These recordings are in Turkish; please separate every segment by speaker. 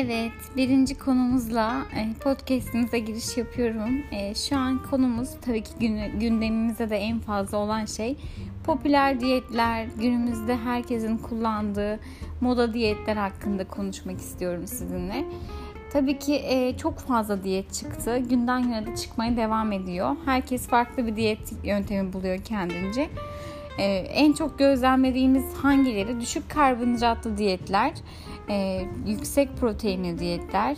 Speaker 1: Evet, birinci konumuzla podcast'imize giriş yapıyorum. Şu an konumuz tabii ki gündemimizde de en fazla olan şey popüler diyetler, günümüzde herkesin kullandığı moda diyetler hakkında konuşmak istiyorum sizinle. Tabii ki çok fazla diyet çıktı. Günden güne de çıkmaya devam ediyor. Herkes farklı bir diyet yöntemi buluyor kendince. En çok gözlemlediğimiz hangileri? Düşük karbonhidratlı diyetler, yüksek proteinli diyetler,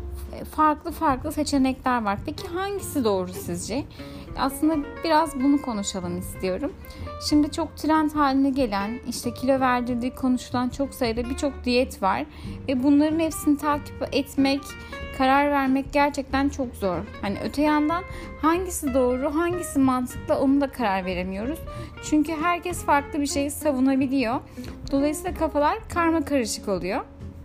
Speaker 1: farklı seçenekler var. Peki hangisi doğru sizce? Aslında biraz bunu konuşalım istiyorum. Şimdi çok trend haline gelen, işte kilo verdirdiği konuşulan çok sayıda birçok diyet var. Ve bunların hepsini takip etmek, karar vermek gerçekten çok zor. Hani öte yandan hangisi doğru, hangisi mantıklı onu da karar veremiyoruz. Çünkü herkes farklı bir şeyi savunabiliyor. Dolayısıyla kafalar karmakarışık oluyor.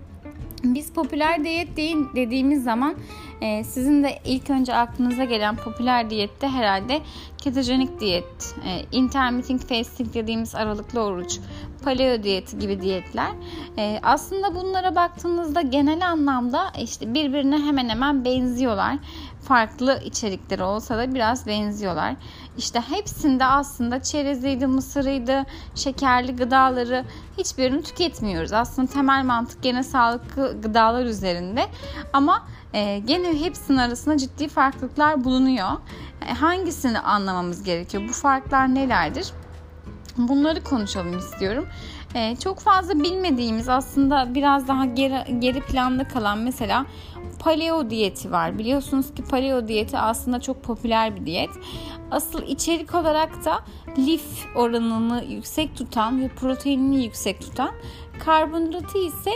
Speaker 1: Biz popüler diyet dediğimiz zaman sizin de ilk önce aklınıza gelen popüler diyette herhalde ketojenik diyet, intermittent fasting dediğimiz aralıklı oruç, paleo diyeti gibi diyetler. Aslında bunlara baktığınızda genel anlamda işte birbirine hemen hemen benziyorlar. Farklı içerikleri olsa da biraz benziyorlar. İşte hepsinde aslında çereziydi, mısırıydı, şekerli gıdaları hiçbirini tüketmiyoruz. Aslında temel mantık gene sağlıklı gıdalar üzerinde ama gene hepsinin arasında ciddi farklılıklar bulunuyor. Hangisini anlamamız gerekiyor? Bu farklar nelerdir? Bunları konuşalım istiyorum. Çok fazla bilmediğimiz aslında biraz daha geri planda kalan mesela paleo diyeti var. Biliyorsunuz ki paleo diyeti aslında çok popüler bir diyet. Asıl içerik olarak da lif oranını yüksek tutan ve proteinini yüksek tutan, karbonhidratı ise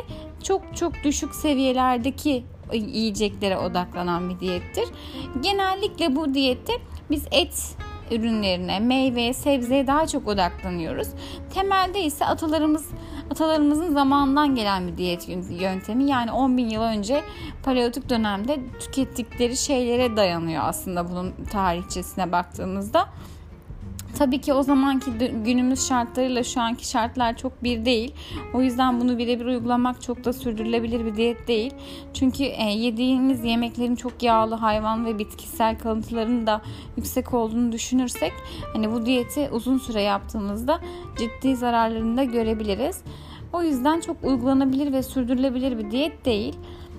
Speaker 1: çok düşük seviyelerdeki yiyeceklere odaklanan bir diyettir. Genellikle bu diyette biz et ürünlerine, meyveye, sebzeye daha çok odaklanıyoruz. Temelde ise atalarımızın zamanından gelen bir diyet yöntemi. Yani 10.000 yıl önce paleolitik dönemde tükettikleri şeylere dayanıyor aslında bunun tarihçesine baktığımızda. Tabii ki o zamanki günümüz şartlarıyla şu anki şartlar çok bir değil. O yüzden bunu birebir uygulamak çok da sürdürülebilir bir diyet değil. Çünkü yediğimiz yemeklerin çok yağlı, hayvan ve bitkisel kalıntılarının da yüksek olduğunu düşünürsek hani bu diyeti uzun süre yaptığımızda ciddi zararlarını da görebiliriz. O yüzden çok uygulanabilir ve sürdürülebilir bir diyet değil.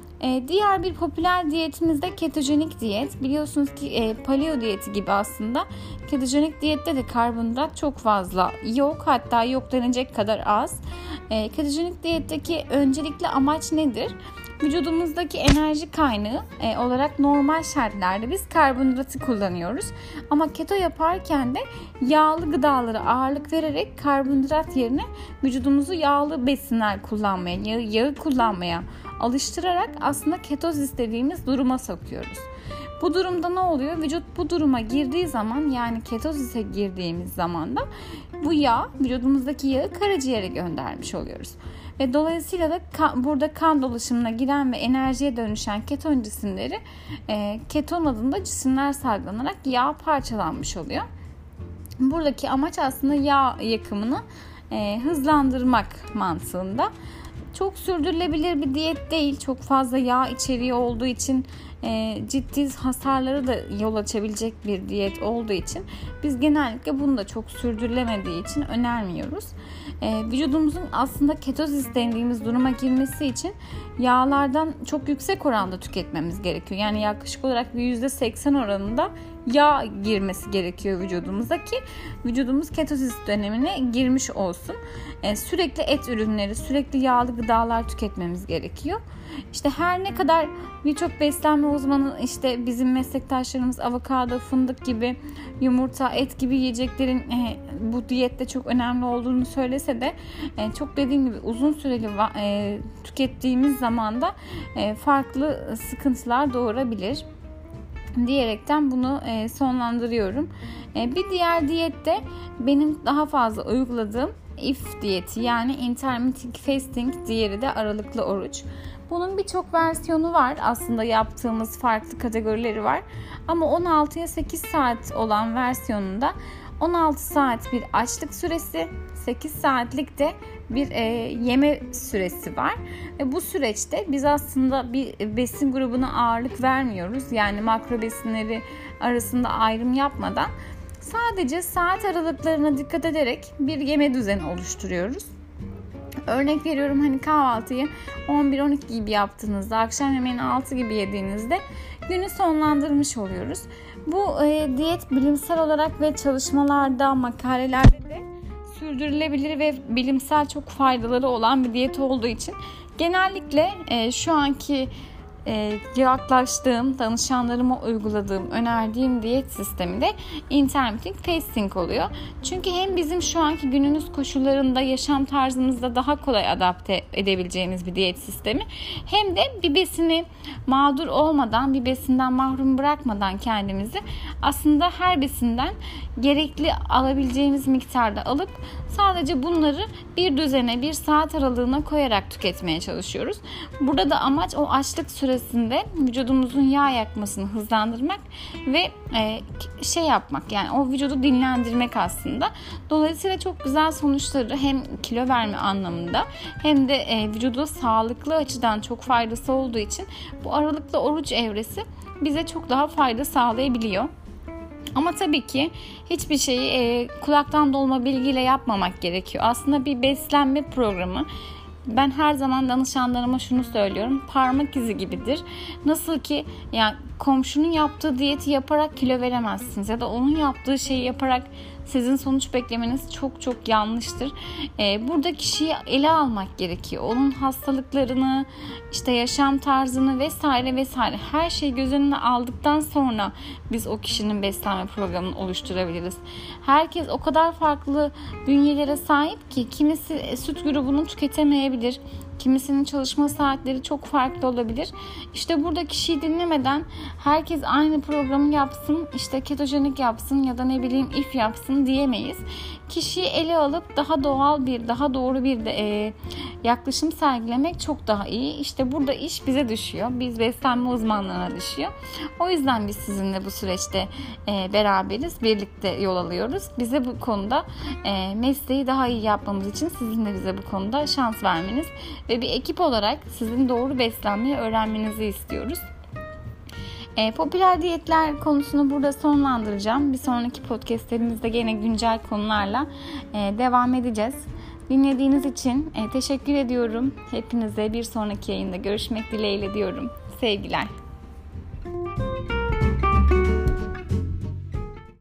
Speaker 1: Diğer bir popüler diyetimiz de ketojenik diyet. Biliyorsunuz ki paleo diyeti gibi aslında ketojenik diyette de karbonhidrat çok fazla yok. Hatta yok denecek kadar az. Ketojenik diyetteki öncelikli amaç nedir? Vücudumuzdaki enerji kaynağı olarak normal şartlarda biz karbonhidratı kullanıyoruz. Ama keto yaparken de yağlı gıdalara ağırlık vererek karbonhidrat yerine vücudumuzu yağlı besinler kullanmaya, yağı kullanmaya alıştırarak aslında ketozis dediğimiz duruma sokuyoruz. Bu durumda ne oluyor? Vücut bu duruma girdiği zaman, yani ketozise girdiğimiz zaman da bu yağ, vücudumuzdaki yağı karaciğere göndermiş oluyoruz. Ve dolayısıyla da burada kan dolaşımına giren ve enerjiye dönüşen keton cisimleri keton adında cisimler salgılanarak yağ parçalanmış oluyor. Buradaki amaç aslında yağ yakımını hızlandırmak mantığında. Çok sürdürülebilir bir diyet değil. Çok fazla yağ içeriği olduğu için ciddi hasarlara da yol açabilecek bir diyet olduğu için biz genellikle bunu da çok sürdürülemediği için önermiyoruz. Vücudumuzun aslında ketozis dendiğimiz duruma girmesi için yağlardan çok yüksek oranda tüketmemiz gerekiyor. Yani yaklaşık olarak bir %80 oranında yağ girmesi gerekiyor vücudumuza ki vücudumuz ketozis dönemine girmiş olsun. Sürekli et ürünleri, sürekli yağlı gıdalar tüketmemiz gerekiyor. İşte her ne kadar birçok beslenme uzmanı işte bizim meslektaşlarımız avokado, fındık gibi, yumurta, et gibi yiyeceklerin bu diyette çok önemli olduğunu söylese de çok dediğim gibi uzun süreli tükettiğimiz zaman da farklı sıkıntılar doğurabilir diyerekten bunu sonlandırıyorum. Bir diğer diyette benim daha fazla uyguladığım IF diyeti, yani intermittent fasting, diğeri de aralıklı oruç. Bunun birçok versiyonu var. Aslında yaptığımız farklı kategorileri var. Ama 16'ya 8 saat olan versiyonunda 16 saat bir açlık süresi, 8 saatlik de bir yeme süresi var. Ve bu süreçte biz aslında bir besin grubuna ağırlık vermiyoruz. Yani makro besinleri arasında ayrım yapmadan sadece saat aralıklarına dikkat ederek bir yeme düzeni oluşturuyoruz. Örnek veriyorum, hani kahvaltıyı 11-12 gibi yaptığınızda, akşam yemeğini 6 gibi yediğinizde günü sonlandırmış oluyoruz. Bu diyet bilimsel olarak ve çalışmalarda, makalelerde de sürdürülebilir ve bilimsel çok faydaları olan bir diyet olduğu için genellikle şu anki yaklaştığım, danışanlarıma uyguladığım, önerdiğim diyet sistemi de intermittent fasting oluyor. Çünkü hem bizim şu anki günümüz koşullarında, yaşam tarzımızda daha kolay adapte edebileceğimiz bir diyet sistemi, hem de bir besini mağdur olmadan, bir besinden mahrum bırakmadan kendimizi aslında her besinden gerekli alabileceğimiz miktarda alıp sadece bunları bir düzene, bir saat aralığına koyarak tüketmeye çalışıyoruz. Burada da amaç o açlık süresinde vücudumuzun yağ yakmasını hızlandırmak ve yapmak, yani o vücudu dinlendirmek aslında. Dolayısıyla çok güzel sonuçları hem kilo verme anlamında hem de vücuda sağlıklı açıdan çok faydası olduğu için bu aralıklı oruç evresi bize çok daha fayda sağlayabiliyor. Ama tabii ki hiçbir şeyi kulaktan dolma bilgiyle yapmamak gerekiyor. Aslında bir beslenme programı, ben her zaman danışanlarıma şunu söylüyorum: parmak izi gibidir. Nasıl ki yani komşunun yaptığı diyeti yaparak kilo veremezsiniz ya da onun yaptığı şeyi yaparak sizin sonuç beklemeniz çok çok yanlıştır. Burada kişiyi ele almak gerekiyor. Onun hastalıklarını, işte yaşam tarzını vesaire vesaire, her şeyi göz önüne aldıktan sonra biz o kişinin beslenme programını oluşturabiliriz. Herkes o kadar farklı bünyelere sahip ki kimisi süt grubunu tüketemeyebilir. Kimisinin çalışma saatleri çok farklı olabilir. İşte burada kişiyi dinlemeden herkes aynı programı yapsın, işte ketojenik yapsın ya da if yapsın diyemeyiz. Kişiyi ele alıp daha doğal bir, daha doğru bir yaklaşım sergilemek çok daha iyi. İşte burada iş bize düşüyor. Biz beslenme uzmanlarına düşüyor. O yüzden biz sizinle bu süreçte beraberiz. Birlikte yol alıyoruz. Bize bu konuda mesleği daha iyi yapmamız için sizin de bize bu konuda şans vermeniz ve bir ekip olarak sizin doğru beslenmeyi öğrenmenizi istiyoruz. Popüler diyetler konusunu burada sonlandıracağım. Bir sonraki podcastlerimizde gene güncel konularla devam edeceğiz. Dinlediğiniz için teşekkür ediyorum. Hepinize bir sonraki yayında görüşmek dileğiyle diyorum. Sevgiler.